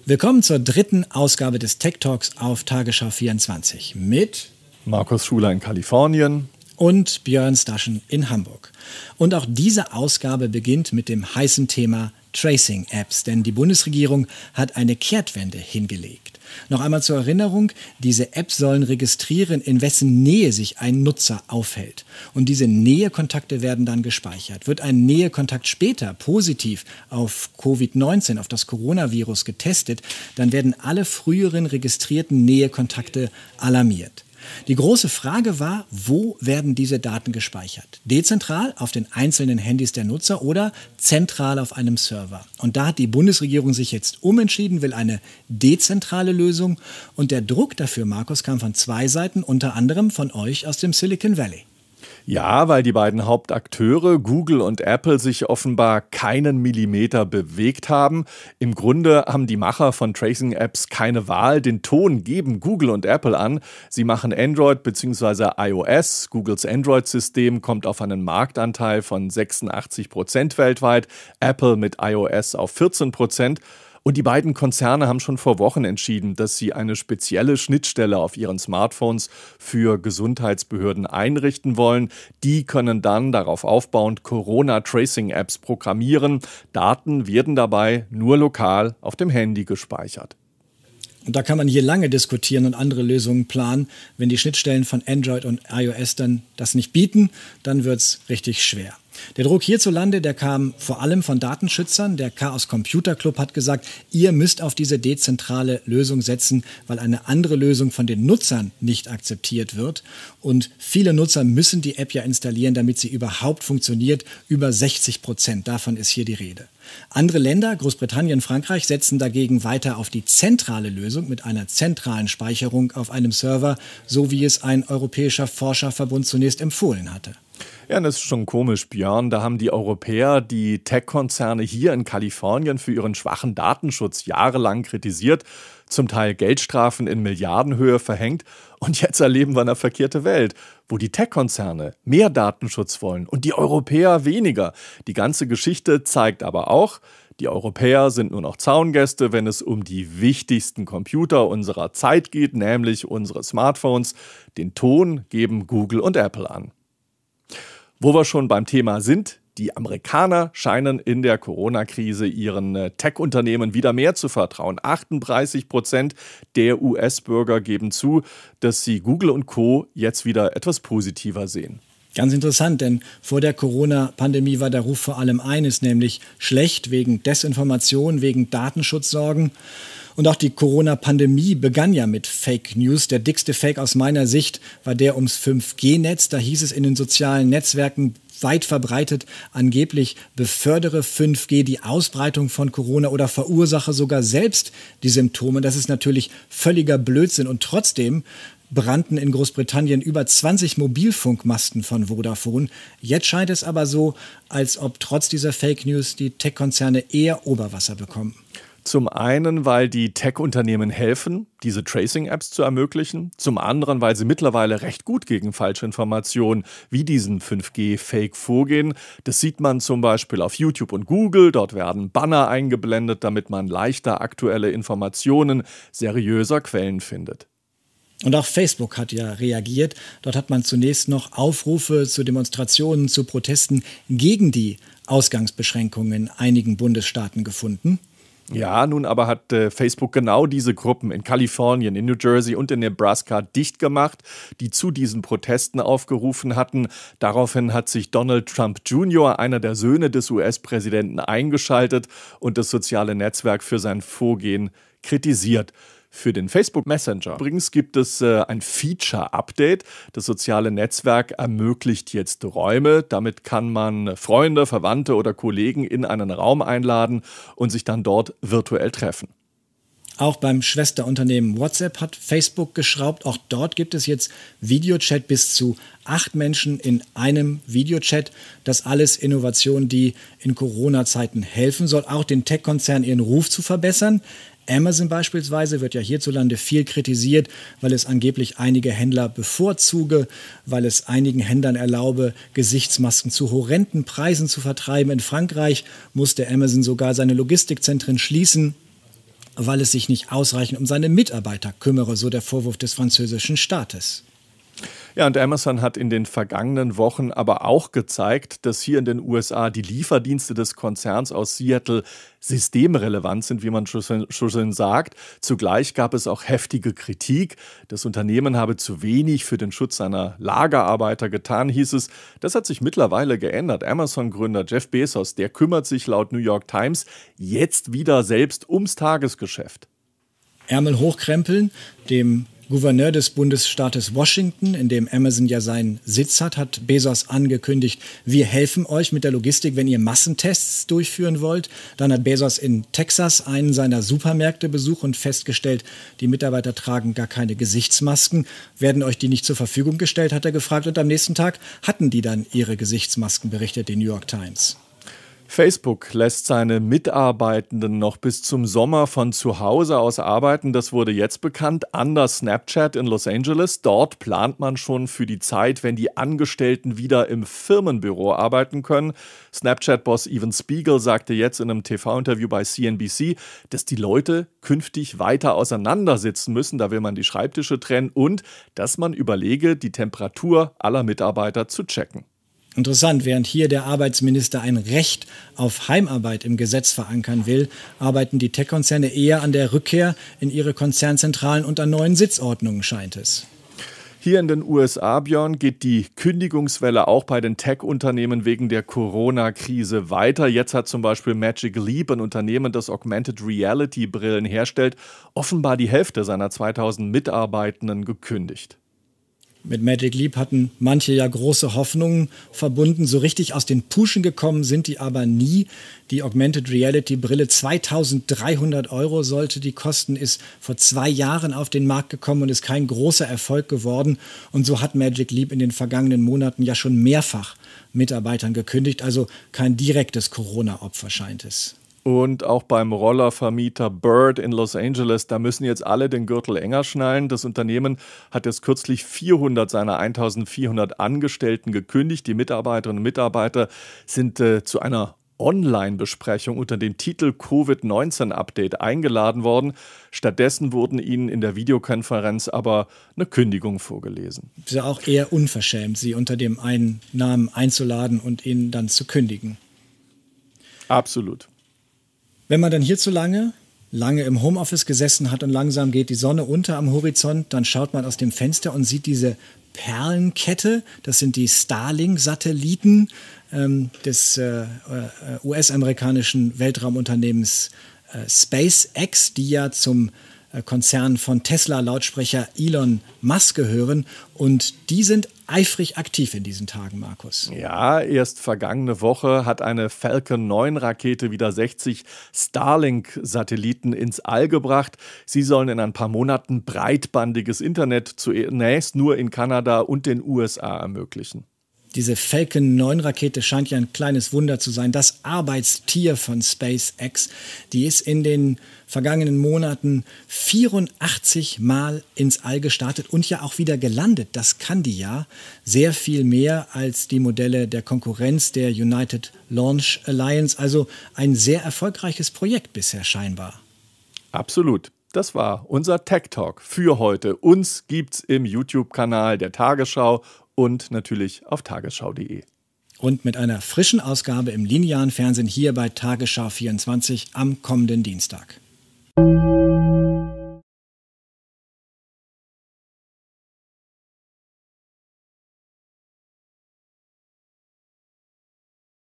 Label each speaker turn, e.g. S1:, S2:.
S1: Willkommen zur dritten Ausgabe des Tech Talks auf Tagesschau 24 mit
S2: Markus Schuler in Kalifornien
S1: und Björn Staschen in Hamburg. Und auch diese Ausgabe beginnt mit dem heißen Thema Tracing-Apps, denn die Bundesregierung hat eine Kehrtwende hingelegt. Noch einmal zur Erinnerung, diese Apps sollen registrieren, in wessen Nähe sich ein Nutzer aufhält. Und diese Nähekontakte werden dann gespeichert. Wird ein Nähekontakt später positiv auf Covid-19, auf das Coronavirus getestet, dann werden alle früheren registrierten Nähekontakte alarmiert. Die große Frage war, wo werden diese Daten gespeichert? Dezentral auf den einzelnen Handys der Nutzer oder zentral auf einem Server? Und da hat die Bundesregierung sich jetzt umentschieden, will eine dezentrale Lösung. Und der Druck dafür, Markus, kam von zwei Seiten, unter anderem von euch aus dem Silicon Valley.
S2: Ja, weil die beiden Hauptakteure, Google und Apple, sich offenbar keinen Millimeter bewegt haben. Im Grunde haben die Macher von Tracing-Apps keine Wahl. Den Ton geben Google und Apple an. Sie machen Android bzw. iOS. Googles Android-System kommt auf einen Marktanteil von 86% weltweit. Apple mit iOS auf 14%. Und die beiden Konzerne haben schon vor Wochen entschieden, dass sie eine spezielle Schnittstelle auf ihren Smartphones für Gesundheitsbehörden einrichten wollen. Die können dann darauf aufbauend Corona-Tracing-Apps programmieren. Daten werden dabei nur lokal auf dem Handy gespeichert.
S1: Und da kann man hier lange diskutieren und andere Lösungen planen. Wenn die Schnittstellen von Android und iOS dann das nicht bieten, dann wird es richtig schwer. Der Druck hierzulande, der kam vor allem von Datenschützern. Der Chaos Computer Club hat gesagt, ihr müsst auf diese dezentrale Lösung setzen, weil eine andere Lösung von den Nutzern nicht akzeptiert wird. Und viele Nutzer müssen die App ja installieren, damit sie überhaupt funktioniert. Über 60%, davon ist hier die Rede. Andere Länder, Großbritannien, Frankreich, setzen dagegen weiter auf die zentrale Lösung mit einer zentralen Speicherung auf einem Server, so wie es ein europäischer Forscherverbund zunächst empfohlen hatte.
S2: Ja, das ist schon komisch, Björn. Da haben die Europäer die Tech-Konzerne hier in Kalifornien für ihren schwachen Datenschutz jahrelang kritisiert, zum Teil Geldstrafen in Milliardenhöhe verhängt. Und jetzt erleben wir eine verkehrte Welt, wo die Tech-Konzerne mehr Datenschutz wollen und die Europäer weniger. Die ganze Geschichte zeigt aber auch, die Europäer sind nur noch Zaungäste, wenn es um die wichtigsten Computer unserer Zeit geht, nämlich unsere Smartphones. Den Ton geben Google und Apple an. Wo wir schon beim Thema sind, die Amerikaner scheinen in der Corona-Krise ihren Tech-Unternehmen wieder mehr zu vertrauen. 38% der US-Bürger geben zu, dass sie Google und Co. jetzt wieder etwas positiver sehen.
S1: Ganz interessant, denn vor der Corona-Pandemie war der Ruf vor allem eines, nämlich schlecht wegen Desinformation, wegen Datenschutzsorgen. Und auch die Corona-Pandemie begann ja mit Fake News. Der dickste Fake aus meiner Sicht war der ums 5G-Netz. Da hieß es in den sozialen Netzwerken weit verbreitet, angeblich befördere 5G die Ausbreitung von Corona oder verursache sogar selbst die Symptome. Das ist natürlich völliger Blödsinn. Und trotzdem brannten in Großbritannien über 20 Mobilfunkmasten von Vodafone. Jetzt scheint es aber so, als ob trotz dieser Fake News die Tech-Konzerne eher Oberwasser bekommen.
S2: Zum einen, weil die Tech-Unternehmen helfen, diese Tracing-Apps zu ermöglichen. Zum anderen, weil sie mittlerweile recht gut gegen Falschinformationen wie diesen 5G-Fake vorgehen. Das sieht man zum Beispiel auf YouTube und Google. Dort werden Banner eingeblendet, damit man leichter aktuelle Informationen seriöser Quellen findet.
S1: Und auch Facebook hat ja reagiert. Dort hat man zunächst noch Aufrufe zu Demonstrationen, zu Protesten gegen die Ausgangsbeschränkungen in einigen Bundesstaaten gefunden.
S2: Ja, nun aber hat Facebook genau diese Gruppen in Kalifornien, in New Jersey und in Nebraska dicht gemacht, die zu diesen Protesten aufgerufen hatten. Daraufhin hat sich Donald Trump Jr., einer der Söhne des US-Präsidenten, eingeschaltet und das soziale Netzwerk für sein Vorgehen kritisiert. Für den Facebook Messenger übrigens gibt es ein Feature-Update. Das soziale Netzwerk ermöglicht jetzt Räume. Damit kann man Freunde, Verwandte oder Kollegen in einen Raum einladen und sich dann dort virtuell treffen.
S1: Auch beim Schwesterunternehmen WhatsApp hat Facebook geschraubt. Auch dort gibt es jetzt Videochat bis zu 8 Menschen in einem Videochat. Das alles Innovation, die in Corona-Zeiten helfen soll, auch den Tech-Konzernen ihren Ruf zu verbessern. Amazon beispielsweise wird ja hierzulande viel kritisiert, weil es angeblich einige Händler bevorzuge, weil es einigen Händlern erlaube, Gesichtsmasken zu horrenden Preisen zu vertreiben. In Frankreich musste Amazon sogar seine Logistikzentren schließen. weil es sich nicht ausreichend um seine Mitarbeiter kümmere, so der Vorwurf des französischen Staates.
S2: Ja, und Amazon hat in den vergangenen Wochen aber auch gezeigt, dass hier in den USA die Lieferdienste des Konzerns aus Seattle systemrelevant sind, wie man schon schön sagt. Zugleich gab es auch heftige Kritik. Das Unternehmen habe zu wenig für den Schutz seiner Lagerarbeiter getan, hieß es. Das hat sich mittlerweile geändert. Amazon-Gründer Jeff Bezos, der kümmert sich laut New York Times jetzt wieder selbst ums Tagesgeschäft.
S1: Ärmel hochkrempeln, dem Gouverneur des Bundesstaates Washington, in dem Amazon ja seinen Sitz hat Bezos angekündigt, wir helfen euch mit der Logistik, wenn ihr Massentests durchführen wollt. Dann hat Bezos in Texas einen seiner Supermärkte besucht und festgestellt, die Mitarbeiter tragen gar keine Gesichtsmasken. Werden euch die nicht zur Verfügung gestellt, hat er gefragt. Und am nächsten Tag hatten die dann ihre Gesichtsmasken, berichtet die New York Times.
S2: Facebook lässt seine Mitarbeitenden noch bis zum Sommer von zu Hause aus arbeiten. Das wurde jetzt bekannt. Anders Snapchat in Los Angeles. Dort plant man schon für die Zeit, wenn die Angestellten wieder im Firmenbüro arbeiten können. Snapchat-Boss Evan Spiegel sagte jetzt in einem TV-Interview bei CNBC, dass die Leute künftig weiter auseinandersitzen müssen. Da will man die Schreibtische trennen und dass man überlege, die Temperatur aller Mitarbeiter zu checken.
S1: Interessant, während hier der Arbeitsminister ein Recht auf Heimarbeit im Gesetz verankern will, arbeiten die Tech-Konzerne eher an der Rückkehr in ihre Konzernzentralen und an neuen Sitzordnungen, scheint es.
S2: Hier in den USA, Björn, geht die Kündigungswelle auch bei den Tech-Unternehmen wegen der Corona-Krise weiter. Jetzt hat zum Beispiel Magic Leap, ein Unternehmen, das Augmented Reality-Brillen herstellt, offenbar die Hälfte seiner 2000 Mitarbeitenden gekündigt.
S1: Mit Magic Leap hatten manche ja große Hoffnungen verbunden. So richtig aus den Puschen gekommen sind die aber nie. Die Augmented Reality Brille, 2.300 € sollte die kosten, ist vor 2 Jahren auf den Markt gekommen und ist kein großer Erfolg geworden. Und so hat Magic Leap in den vergangenen Monaten ja schon mehrfach Mitarbeitern gekündigt. Also kein direktes Corona-Opfer scheint es.
S2: Und auch beim Rollervermieter Bird in Los Angeles, da müssen jetzt alle den Gürtel enger schnallen. Das Unternehmen hat jetzt kürzlich 400 seiner 1400 Angestellten gekündigt. Die Mitarbeiterinnen und Mitarbeiter sind zu einer Online-Besprechung unter dem Titel Covid-19-Update eingeladen worden. Stattdessen wurden ihnen in der Videokonferenz aber eine Kündigung vorgelesen.
S1: Es ist ja auch eher unverschämt, sie unter dem einen Namen einzuladen und ihnen dann zu kündigen.
S2: Absolut.
S1: Wenn man dann hierzulande lange im Homeoffice gesessen hat und langsam geht die Sonne unter am Horizont, dann schaut man aus dem Fenster und sieht diese Perlenkette. Das sind die Starlink-Satelliten des US-amerikanischen Weltraumunternehmens SpaceX, die ja zum Konzern von Tesla-Lautsprecher Elon Musk gehören. Und die sind eifrig aktiv in diesen Tagen, Markus.
S2: Ja, erst vergangene Woche hat eine Falcon 9 Rakete wieder 60 Starlink-Satelliten ins All gebracht. Sie sollen in ein paar Monaten breitbandiges Internet zunächst nur in Kanada und den USA ermöglichen.
S1: Diese Falcon 9 Rakete scheint ja ein kleines Wunder zu sein. Das Arbeitstier von SpaceX, die ist in den vergangenen Monaten 84 Mal ins All gestartet und ja auch wieder gelandet. Das kann die ja. Sehr viel mehr als die Modelle der Konkurrenz der United Launch Alliance. Also ein sehr erfolgreiches Projekt bisher scheinbar.
S2: Absolut. Das war unser Tech Talk für heute. Uns gibt's im YouTube-Kanal der Tagesschau und natürlich auf tagesschau.de.
S1: Und mit einer frischen Ausgabe im linearen Fernsehen hier bei Tagesschau 24 am kommenden Dienstag.